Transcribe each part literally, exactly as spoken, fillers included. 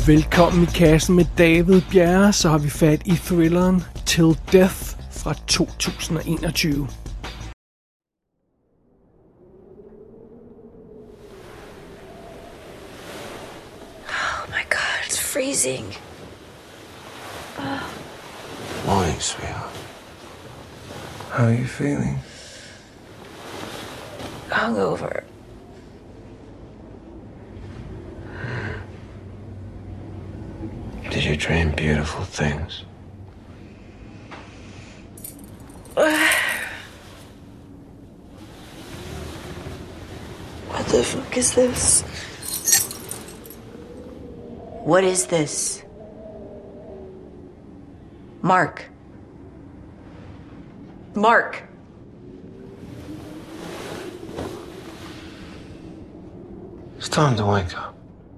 Velkommen i kassen med David Bjerre, så har vi fat i thrilleren Till Death fra to tusind og enogtyve. Oh my god, it's freezing. Oh. Morning, sweetheart. How are you feeling? Hungover. Did you dream beautiful things? What the fuck is this? What is this? Mark. Mark. It's time to wake up.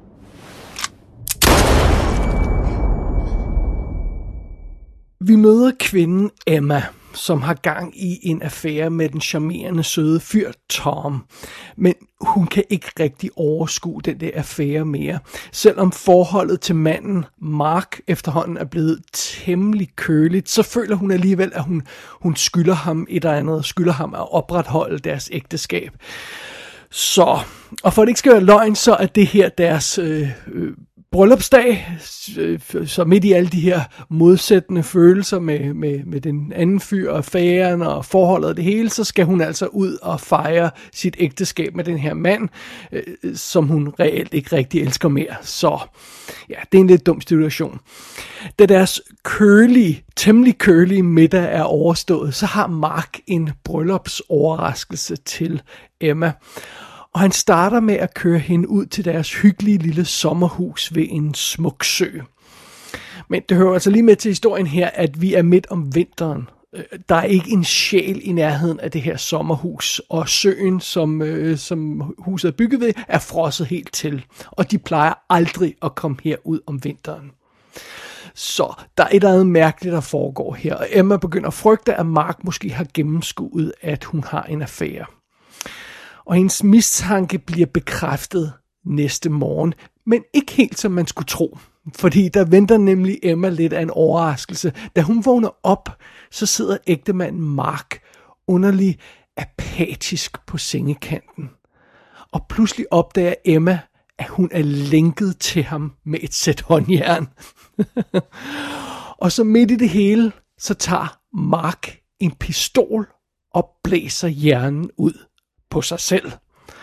Vi møder kvinden Emma, som har gang i en affære med den charmerende søde fyr Tom. Men hun kan ikke rigtig overskue den der affære mere. Selvom forholdet til manden Mark efterhånden er blevet temmelig køligt, så føler hun alligevel, at hun, hun skylder ham et eller andet, skylder ham at opretholde deres ægteskab. Så, og for at det ikke skal være løgn, så er det her deres øh, øh, bryllupsdag, så midt i alle de her modsættende følelser med, med, med den anden fyr og affæren og forholdet og det hele, så skal hun altså ud og fejre sit ægteskab med den her mand, øh, som hun reelt ikke rigtig elsker mere. Så ja, det er en lidt dum situation. Da deres kølige, temmelig kølige middag er overstået, så har Mark en bryllupsoverraskelse til Emma. Og han starter med at køre hende ud til deres hyggelige lille sommerhus ved en smuk sø. Men det hører altså lige med til historien her, at vi er midt om vinteren. Der er ikke en sjæl i nærheden af det her sommerhus, og søen, som, øh, som huset er bygget ved, er frosset helt til. Og de plejer aldrig at komme herud om vinteren. Så der er et eller andet mærkeligt, der foregår her, og Emma begynder at frygte, at Mark måske har gennemskuet, at hun har en affære. Og hendes mistanke bliver bekræftet næste morgen, men ikke helt som man skulle tro. Fordi der venter nemlig Emma lidt af en overraskelse. Da hun vågner op, så sidder ægtemanden Mark underlig apatisk på sengekanten. Og pludselig opdager Emma, at hun er lænket til ham med et sæt håndjern. Og så midt i det hele, så tager Mark en pistol og blæser hjernen ud på sig selv.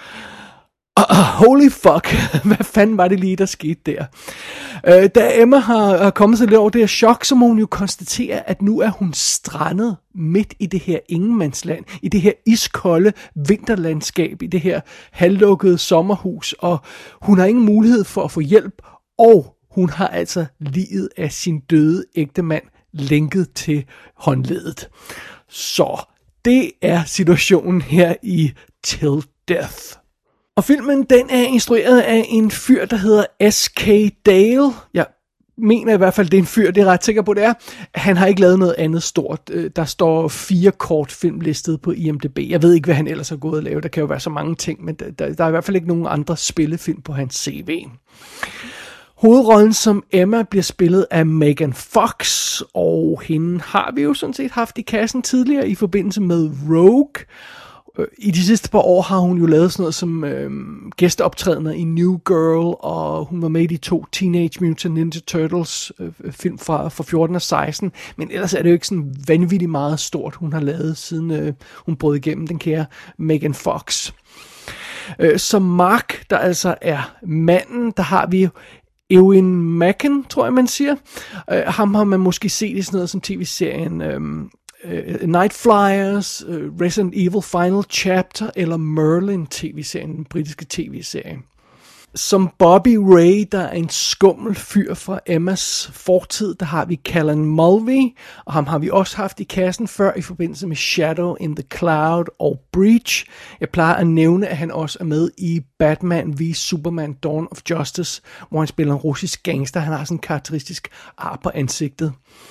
Uh, holy fuck, hvad fanden var det lige, der skete der? Uh, da Emma har, har kommet sig lidt over det her chok, så må hun jo konstatere, at nu er hun strandet midt i det her ingenmandsland, i det her iskolde vinterlandskab, i det her halvlukkede sommerhus, og hun har ingen mulighed for at få hjælp, og hun har altså liget af sin døde ægtemand lænket til håndledet. Så det er situationen her i Till Death. Og filmen, den er instrueret af en fyr, der hedder S K Dale. Jeg mener i hvert fald, det er en fyr, det er ret sikker på, det er. Han har ikke lavet noget andet stort. Der står fire kortfilm listet på I M D B. Jeg ved ikke, hvad han ellers har gået og lavet. Der kan jo være så mange ting, men der, der er i hvert fald ikke nogen andre spillefilm på hans C V. Hovedrollen som Emma bliver spillet af Megan Fox, og hende har vi jo sådan set haft i kassen tidligere i forbindelse med Rogue. I de sidste par år har hun jo lavet sådan noget som øh, gæsteoptrædener i New Girl, og hun var med i de to Teenage Mutant Ninja Turtles øh, film fra, fra fjorten og seksten, men ellers er det jo ikke sådan vanvittigt meget stort, hun har lavet, siden øh, hun brød igennem, den kære Megan Fox. Øh, som Mark, der altså er manden, der har vi Ewan Macken, tror jeg man siger. Øh, ham har man måske set i sådan noget som tv-serien øh, Uh, Night Flyers, uh, Resident Evil Final Chapter eller Merlin tv-serien, den britiske tv-serie. Som Bobby Ray, der er en skummel fyr fra Emmas fortid, der har vi Callan Mulvey, og ham har vi også haft i kassen før i forbindelse med Shadow in the Cloud og Breach. Jeg plejer at nævne, at han også er med i Batman v Superman Dawn of Justice, hvor han spiller en russisk gangster. Han har sådan en karakteristisk ar på ansigtet.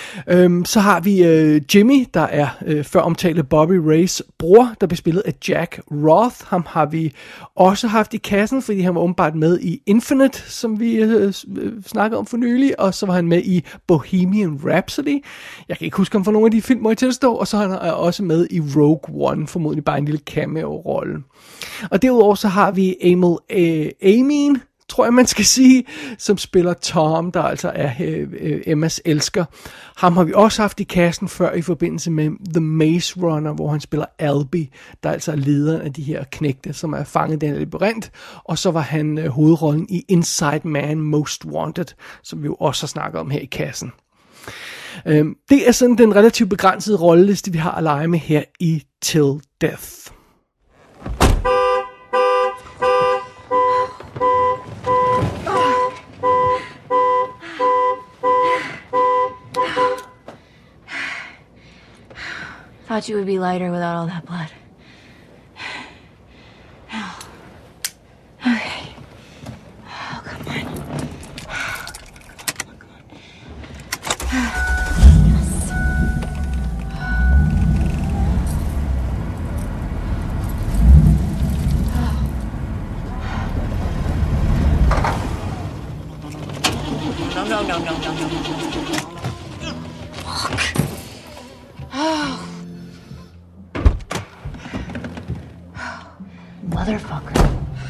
Øhm, så har vi øh, Jimmy, der er øh, før omtalte Bobby Rays bror, der bliver spillet af Jack Roth. Ham har vi også haft i kassen, fordi han var åbenbart med i Infinite, som vi øh, snakkede om for nylig, og så var han med i Bohemian Rhapsody. Jeg kan ikke huske ham fra nogle af de film, må jeg tilstå, og så er han også med i Rogue One, formodentlig bare en lille cameo-rolle. Og derudover så har vi Amel øh, Amin, tror jeg man skal sige, som spiller Tom, der altså er øh, øh, Emmas elsker. Ham har vi også haft i kassen før i forbindelse med The Maze Runner, hvor han spiller Albie, der altså er lederen af de her knægte, som er fanget i den labyrint. Og så var han øh, hovedrollen i Inside Man Most Wanted, som vi jo også har snakket om her i kassen. Øh, det er sådan den relativt begrænsede rolleliste, vi har at lege med her i Till Death. Thought you would be lighter without all that blood. Okay. Oh, come on. Yes. No, no, no, no, no, no, no. Fuck. Oh. Motherfucker.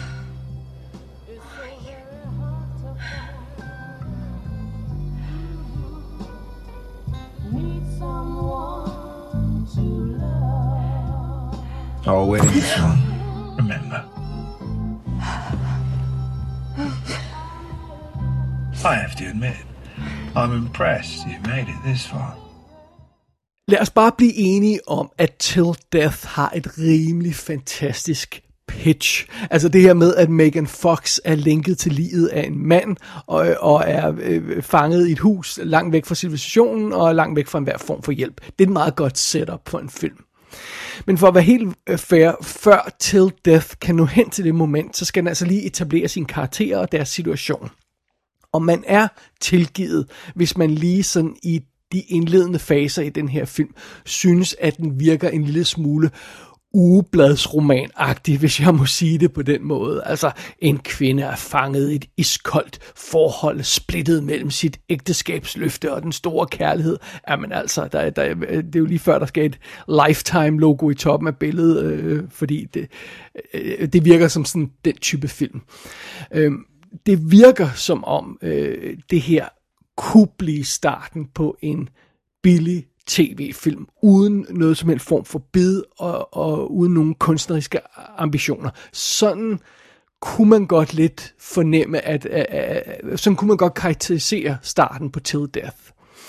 Our wedding song, remember? I have to admit, I'm impressed you've made it this far. Lad os bare blive enige om, at Till Death har et rimelig fantastisk pitch. Altså det her med, at Megan Fox er linket til livet af en mand, og, og er øh, fanget i et hus langt væk fra civilisationen, og langt væk fra enhver form for hjælp. Det er et meget godt setup for en film. Men for at være helt fair, før Till Death kan nå hen til det moment, så skal den altså lige etablere sine karakterer og deres situation. Og man er tilgivet, hvis man lige sådan i de indledende faser i den her film synes, at den virker en lille smule ugebladsroman-agtig, hvis jeg må sige det på den måde. Altså, en kvinde er fanget i et iskoldt forhold, splittet mellem sit ægteskabsløfte og den store kærlighed. Jamen altså, der, der, det er jo lige før, der skal et Lifetime-logo i toppen af billedet, øh, fordi det, øh, det virker som sådan den type film. Øh, det virker som om øh, det her kunne blive starten på en billig tv-film, uden noget som helst form for bid og, og uden nogen kunstneriske ambitioner. Sådan kunne man godt lidt fornemme, at, at, at sådan kunne man godt karakterisere starten på Till Death.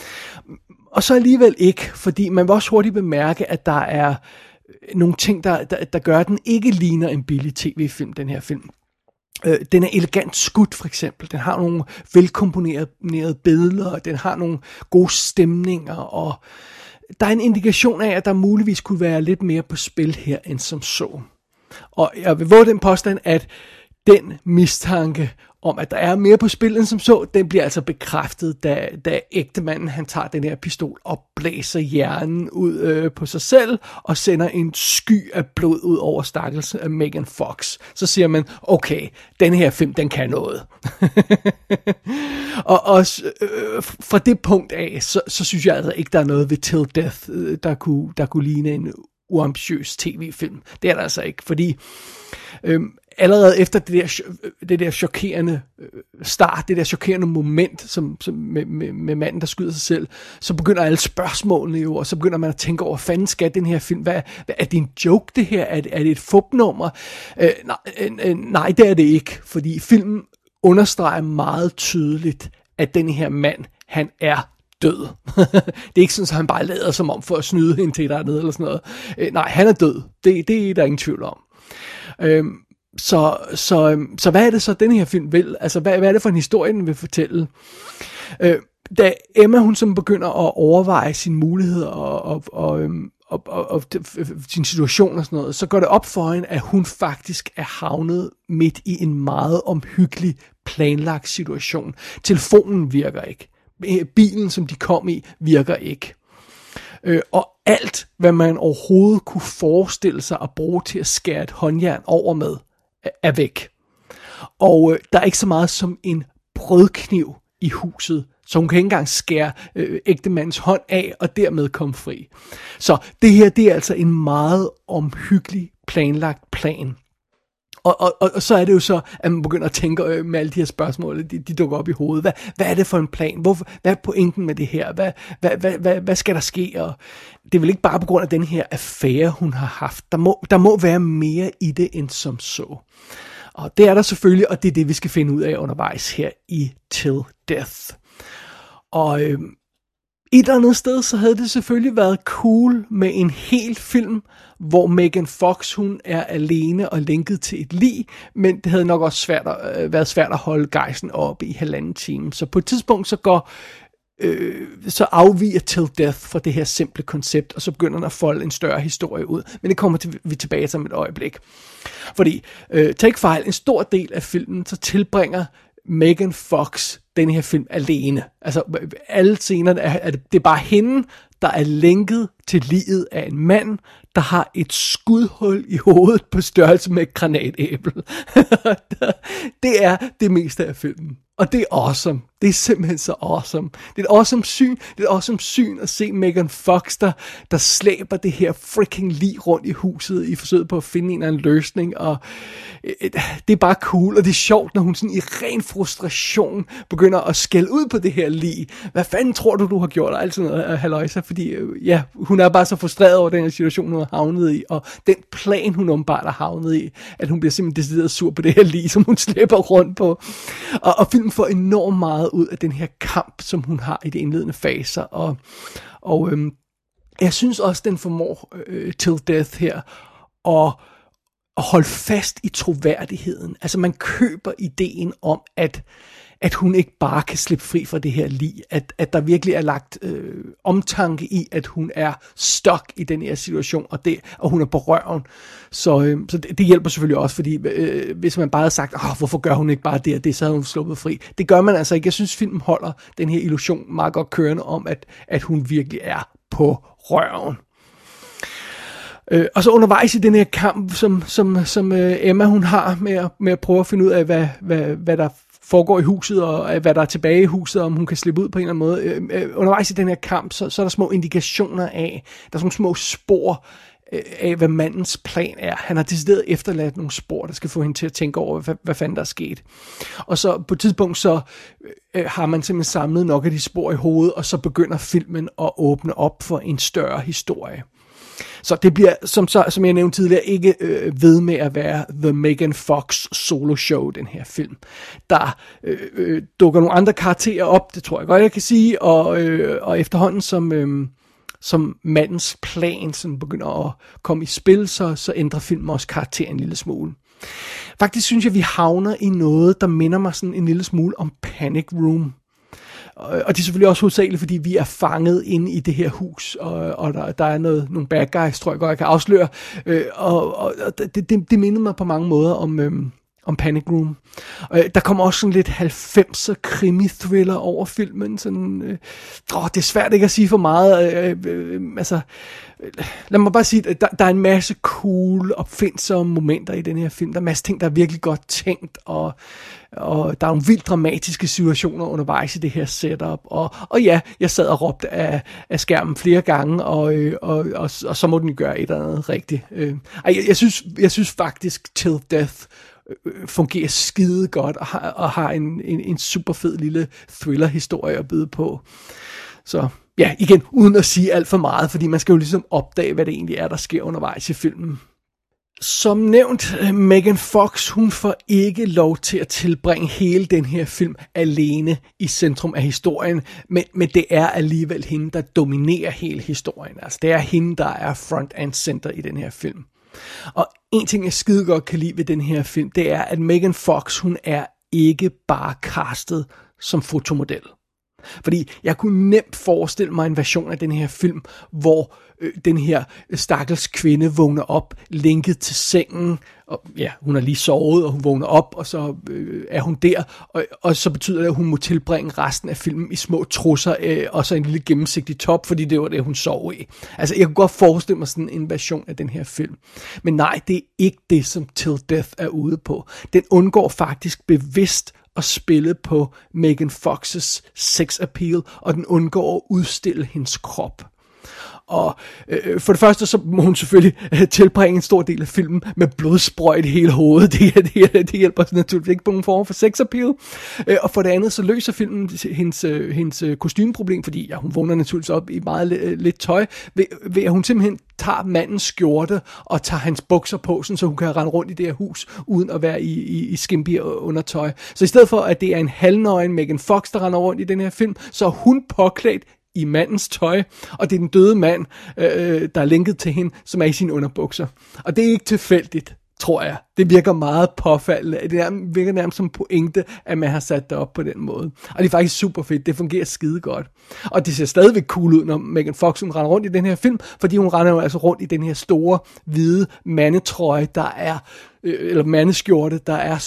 Og så alligevel ikke, fordi man vil også hurtigt bemærke, at der er nogle ting, der, der, der gør, at den ikke ligner en billig tv-film, den her film. Øh, den er elegant skudt, for eksempel. Den har nogle velkomponerede billeder, den har nogle gode stemninger, og der er en indikation af, at der muligvis kunne være lidt mere på spil her, end som så. Og jeg vil våge den påstand, at den mistanke om, at der er mere på spil end som så, den bliver altså bekræftet, da, da ægtemanden, han tager den her pistol og blæser hjernen ud øh, på sig selv, og sender en sky af blod ud over stakkels af Megan Fox. Så siger man, okay, den her film, den kan noget. og og øh, fra det punkt af, så, så synes jeg altså ikke, der er noget ved Till Death, øh, der, kunne, der kunne ligne en uambitiøs tv-film. Det er der altså ikke, fordi øh, allerede efter det der, det der chokerende start, det der chokerende moment som, som med, med, med manden, der skyder sig selv, så begynder alle spørgsmålene jo, og så begynder man at tænke over, fanden skal den her film, hvad, hvad er det en joke det her, er det, er det et fupnummer? Øh, nej, øh, nej, det er det ikke, fordi filmen understreger meget tydeligt, at den her mand, han er død. Det er ikke sådan, at han bare lader som om for at snyde hende til dernede eller sådan noget. Øh, nej, han er død. Det, det er der ingen tvivl om. Øh, Så, så, så hvad er det så, den her film vil? Altså, hvad, hvad er det for en historie, den vil fortælle? Øh, da Emma, hun som begynder at overveje sine muligheder og, og, og, og, og, og sin situation og sådan noget, så går det op for hende, at hun faktisk er havnet midt i en meget omhyggelig planlagt situation. Telefonen virker ikke. bilen, som de kom i, virker ikke. Øh, og alt, hvad man overhovedet kunne forestille sig at bruge til at skære et håndjern over med, er væk. Og øh, der er ikke så meget som en brødkniv i huset, så hun kan ikke engang skære øh, ægtemandens hånd af og dermed komme fri. Så det her, det er altså en meget omhyggelig planlagt plan. Og, og, og, og så er det jo så, at man begynder at tænke øh, med alle de her spørgsmål, de, de dukker op i hovedet. Hvad, hvad er det for en plan? Hvorfor, hvad er pointen med det her? Hvad, hvad, hvad, hvad, hvad skal der ske? Og det er vel ikke bare på grund af den her affære, hun har haft. Der må, der må være mere i det end som så. Og det er der selvfølgelig, og det er det, vi skal finde ud af undervejs her i Till Death. Og øh, et eller andet sted, så havde det selvfølgelig været cool med en hel film, hvor Megan Fox, hun er alene og linket til et lig, men det havde nok også svært at, øh, været svært at holde gejsen oppe i halvanden time. Så på et tidspunkt, så går øh, så afviger Till Death fra det her simple koncept, og så begynder den at folde en større historie ud. Men det kommer til, vi tilbage til om et øjeblik. Fordi, øh, take fejl, en stor del af filmen, så tilbringer Megan Fox den her film alene. Altså alle scenerne er, er det, det er bare hende, der er lænket til liget af en mand, der har et skudhul i hovedet på størrelse med et granatæble. Det er det meste af filmen. Og det er awesome. Det er simpelthen så awesome. Det er et awesome syn. Det er et awesome syn at se Megan Fox, der, der slæber det her freaking lig rundt i huset i forsøget på at finde en eller anden løsning. Og øh, det er bare cool. Og det er sjovt, når hun sådan i ren frustration begynder at skælde ud på det her lig. Hvad fanden tror du, du har gjort? Og alt sådan noget, halløjsa. Fordi øh, ja, hun er bare så frustreret over den her situation, hun har havnet i. Og den plan, hun åbenbart har havnet i. At hun bliver simpelthen decideret sur på det her lig, som hun slæber rundt på. Og, og filmen får enormt meget ud af den her kamp, som hun har i de indledende faser, og, og øhm, jeg synes også, den formår øh, Till Death her at, at holde fast i troværdigheden. Altså man køber ideen om, at at hun ikke bare kan slippe fri fra det her lig, at, at der virkelig er lagt øh, omtanke i, at hun er stuck i den her situation, og, det, og hun er på røven. Så, øh, så det, det hjælper selvfølgelig også, fordi øh, hvis man bare havde sagt, oh, hvorfor gør hun ikke bare det og det, så havde hun sluppet fri. Det gør man altså ikke. Jeg synes, filmen holder den her illusion meget godt kørende om, at, at hun virkelig er på røven. Øh, og så undervejs i den her kamp, som, som, som øh, Emma hun har med at, med at prøve at finde ud af, hvad, hvad, hvad der foregår i huset, og hvad der er tilbage i huset, om hun kan slippe ud på en eller anden måde. Øh, øh, undervejs i den her kamp, så, så er der små indikationer af, der er sådan små spor øh, af, hvad mandens plan er. Han har decideret efterladt nogle spor, der skal få hende til at tænke over, hvad, hvad fanden der er sket. Og så på et tidspunkt, så øh, har man simpelthen samlet nok af de spor i hovedet, og så begynder filmen at åbne op for en større historie. Så det bliver, som, så, som jeg nævnte tidligere, ikke øh, ved med at være The Megan Fox solo show, den her film. Der øh, øh, dukker nogle andre karakterer op, det tror jeg godt, jeg kan sige, og, øh, og efterhånden som, øh, som mandens plan sådan begynder at komme i spil, så, så ændrer filmen også karakteren en lille smule. Faktisk synes jeg, vi havner i noget, der minder mig sådan en lille smule om Panic Room. Og det er selvfølgelig også hovedsageligt, fordi vi er fanget inde i det her hus, og, og der, der er noget, nogle bad guys, tror jeg godt, jeg kan afsløre. Øh, og og det, det, det minder mig på mange måder om, øhm, om Panic Room. Og der kommer også sådan lidt halvfemser krimi-thriller over filmen. Sådan, øh, åh, det er svært ikke at sige for meget. Øh, øh, altså, lad mig bare sige, at der, der er en masse cool, opfindsomme momenter i den her film. Der er en masse ting, der er virkelig godt tænkt, og og der er nogle vildt dramatiske situationer undervejs i det her setup, og, og ja, jeg sad og råbte af, af skærmen flere gange, og, og, og, og så må den gøre et eller andet rigtigt. Jeg, jeg, synes, jeg synes faktisk Till Death fungerer skide godt, og har, og har en, en, en super fed lille thriller-historie at byde på. Så ja, igen, uden at sige alt for meget, fordi man skal jo ligesom opdage, hvad det egentlig er, der sker undervejs i filmen. Som nævnt, Megan Fox, hun får ikke lov til at tilbringe hele den her film alene i centrum af historien, men, men det er alligevel hende, der dominerer hele historien. Altså det er hende, der er front and center i den her film. Og en ting, jeg skide godt kan lide ved den her film, det er, at Megan Fox, hun er ikke bare castet som fotomodel. Fordi jeg kunne nemt forestille mig en version af den her film, hvor øh, den her stakkels kvinde vågner op, linket til sengen, og ja, hun har lige sovet, og hun vågner op, og så øh, er hun der, og, og så betyder det, at hun må tilbringe resten af filmen i små trusser, øh, og så en lille gennemsigtig top, fordi det var det, hun sov i. Altså, jeg kunne godt forestille mig sådan en version af den her film. Men nej, det er ikke det, som Till Death er ude på. Den undgår faktisk bevidst at spille på Megan Fox's sex appeal, og den undgår at udstille hendes krop. Og øh, for det første, så må hun selvfølgelig øh, tilbringe en stor del af filmen med blodsprøjt i hele hovedet. Det, det, det hjælper naturligvis ikke på nogen form for sex appeal. Øh, og for det andet, så løser filmen hendes, øh, hendes kostymeproblem, fordi ja, hun vågner naturligvis op i meget øh, lidt tøj, ved, ved at hun simpelthen tager mandens skjorte og tager hans bukser på, sådan, så hun kan rende rundt i det her hus, uden at være i, i, i skimpy undertøj. Så i stedet for, at det er en halvnøgen Megan Fox, der render rundt i den her film, så er hun påklædt i mandens tøj, og det er den døde mand, øh, der er linket til hende, som er i sine underbukser. Og det er ikke tilfældigt, tror jeg. Det virker meget påfaldende. Det er, virker nærmest som pointe, at man har sat det op på den måde. Og det er faktisk super fedt. Det fungerer skide godt. Og det ser stadigvæk cool ud, når Megan Fox hun render rundt i den her film, fordi hun render jo altså rundt i den her store, hvide mandetrøje, der er, øh, eller mandeskjorte, der er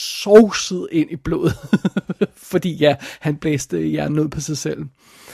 sovset ind i blodet. Fordi ja, han blæste hjernen ud på sig selv.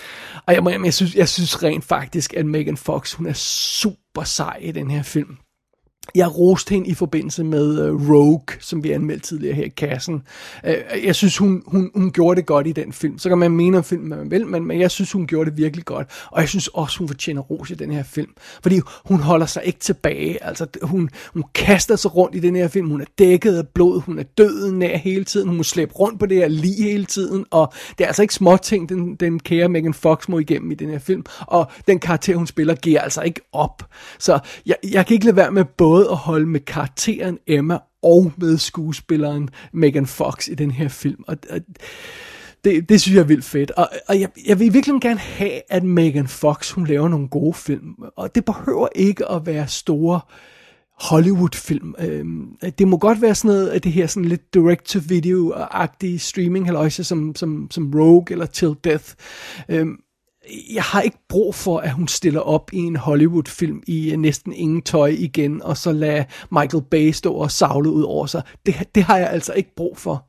Og jeg, jeg, jeg, synes, jeg synes rent faktisk, at Megan Fox, hun er super sej i den her film. Jeg roste hende i forbindelse med uh, Rogue, som vi anmeldte tidligere her i kassen. Uh, jeg synes, hun, hun, hun gjorde det godt i den film. Så kan man mene om filmen, hvad man vil, men, men jeg synes, hun gjorde det virkelig godt. Og jeg synes også, hun fortjener ros i den her film. Fordi hun holder sig ikke tilbage. Altså, hun, hun kaster sig rundt i den her film. Hun er dækket af blod. Hun er døden nær hele tiden. Hun må slæbe rundt på det her lig hele tiden. Og det er altså ikke småting, den, den kære Megan Fox må igennem i den her film. Og den karakter, hun spiller, giver altså ikke op. Så jeg, jeg kan ikke lade være med både at holde med karakteren Emma og med skuespilleren Megan Fox i den her film. Og, og det, det synes jeg er vildt fedt. Og, og jeg, jeg vil virkelig gerne have, at Megan Fox, hun laver nogle gode film. Og det behøver ikke at være store Hollywood-film. Det må godt være sådan noget af det her sådan lidt direct-to-video-agtige streaming-halløjse som, som, som Rogue eller Till Death. Jeg har ikke brug for, at hun stiller op i en Hollywood-film i næsten ingen tøj igen, og så lader Michael Bay stå og savle ud over sig. Det, det har jeg altså ikke brug for.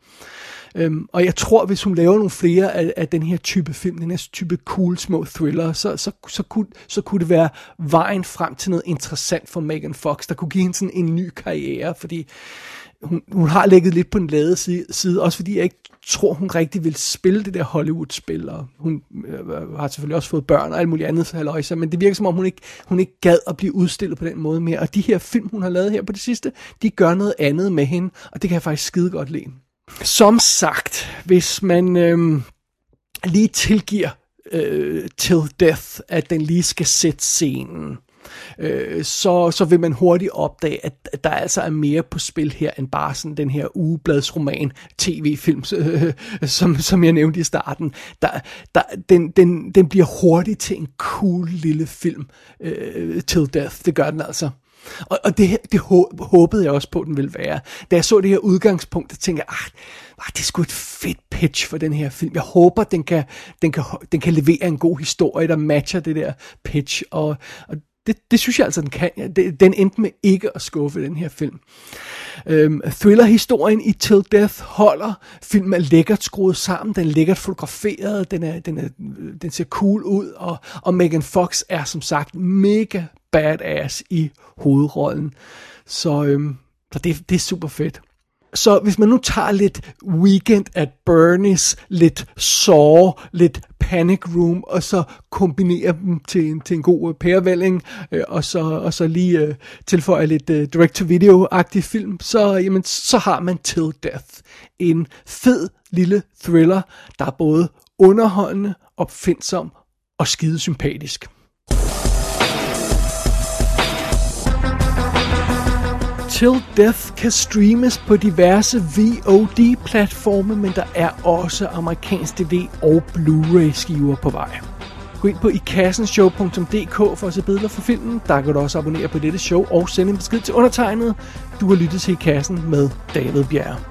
Um, og jeg tror, hvis hun laver nogle flere af, af den her type film, den her type cool små thriller, så, så, så, kunne, så kunne det være vejen frem til noget interessant for Megan Fox, der kunne give hende sådan en ny karriere, fordi hun, hun har ligget lidt på den lade side, også fordi jeg ikke tror, hun rigtig vil spille det der Hollywood-spil, og hun øh, har selvfølgelig også fået børn og alt muligt andet for halløjser, men det virker som om, hun ikke, hun ikke gad at blive udstillet på den måde mere, og de her film, hun har lavet her på det sidste, de gør noget andet med hende, og det kan jeg faktisk skide godt lide. Som sagt, hvis man øh, lige tilgiver øh, Till Death, at den lige skal sætte scenen, øh, så, så vil man hurtigt opdage, at, at der altså er mere på spil her, end bare sådan den her ugebladsroman tv-film, øh, som, som jeg nævnte i starten. Der, der, den, den, den bliver hurtigt til en cool lille film, øh, Till Death, det gør den altså. Og, og det, det håbede jeg også på, den ville være. Da jeg så det her udgangspunkt, så tænkte jeg, ah, det er sgu et fedt pitch for den her film. Jeg håber, den kan, den kan, den kan levere en god historie, der matcher det der pitch. Og, og det, det synes jeg altså, den kan. Den endte med ikke at skuffe den her film. Øhm, thriller-historien i Till Death holder. Filmen er lækkert skruet sammen, den er lækkert fotograferet, den, er, den, er, den ser cool ud, og, og Megan Fox er som sagt mega badass i hovedrollen. Så, øhm, så det, det er super fedt. Så hvis man nu tager lidt Weekend at Bernie's, lidt Saw, lidt Panic Room, og så kombinerer dem til en, til en god pærevælling, øh, og, så, og så lige øh, tilføjer lidt øh, direct-to-video-agtig film, så, jamen, så har man Till Death. En fed lille thriller, der er både underholdende, opfindsom og skidesympatisk. Till Death kan streames på diverse V O D-platforme, men der er også amerikansk D V og Blu-ray-skiver på vej. Gå ind på i kassen show punktum d k for at se billeder for filmen. Der kan du også abonnere på dette show og sende en besked til undertegnet. Du har lyttet til I Kassen med David Bjerg.